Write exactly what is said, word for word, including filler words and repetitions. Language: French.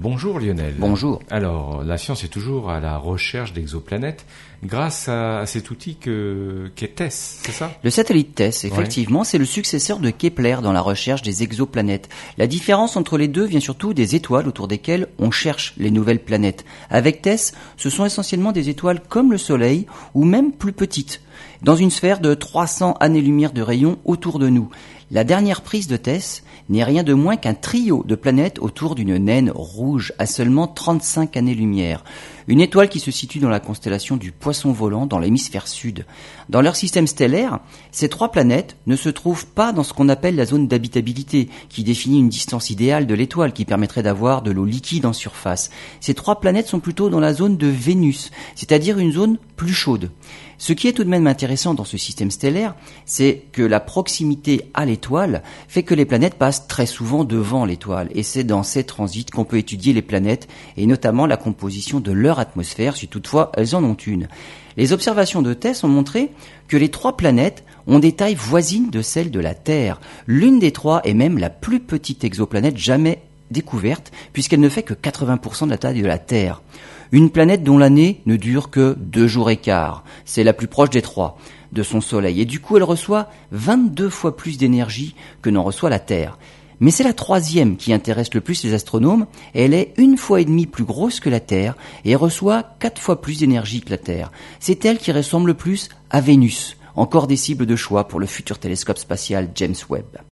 Bonjour Lionel. Bonjour. Alors, la science est toujours à la recherche d'exoplanètes grâce à, à cet outil que, qu'est TESS, c'est ça? Le satellite TESS, effectivement, ouais. C'est le successeur de Kepler dans la recherche des exoplanètes. La différence entre les deux vient surtout des étoiles autour desquelles on cherche les nouvelles planètes. Avec TESS, ce sont essentiellement des étoiles comme le Soleil ou même plus petites, dans une sphère de trois cents années-lumière de rayon autour de nous. La dernière prise de TESS n'est rien de moins qu'un trio de planètes autour d'une naine rouge à seulement trente-cinq années-lumière. Une étoile qui se situe dans la constellation du Poisson volant dans l'hémisphère sud. Dans leur système stellaire, ces trois planètes ne se trouvent pas dans ce qu'on appelle la zone d'habitabilité, qui définit une distance idéale de l'étoile qui permettrait d'avoir de l'eau liquide en surface. Ces trois planètes sont plutôt dans la zone de Vénus, c'est-à-dire une zone plus chaude. Ce qui est tout de même intéressant dans ce système stellaire, c'est que la proximité à l'étoile fait que les planètes passent très souvent devant l'étoile. Et c'est dans ces transits qu'on peut étudier les planètes, et notamment la composition de leur atmosphère, si toutefois elles en ont une. Les observations de TESS ont montré que les trois planètes ont des tailles voisines de celles de la Terre. L'une des trois est même la plus petite exoplanète jamais découverte, puisqu'elle ne fait que quatre-vingts pour cent de la taille de la Terre. Une planète dont l'année ne dure que deux jours et quart. C'est la plus proche des trois de son Soleil. Et du coup, elle reçoit vingt-deux fois plus d'énergie que n'en reçoit la Terre. Mais c'est la troisième qui intéresse le plus les astronomes. Elle est une fois et demie plus grosse que la Terre et reçoit quatre fois plus d'énergie que la Terre. C'est elle qui ressemble le plus à Vénus, encore des cibles de choix pour le futur télescope spatial James Webb.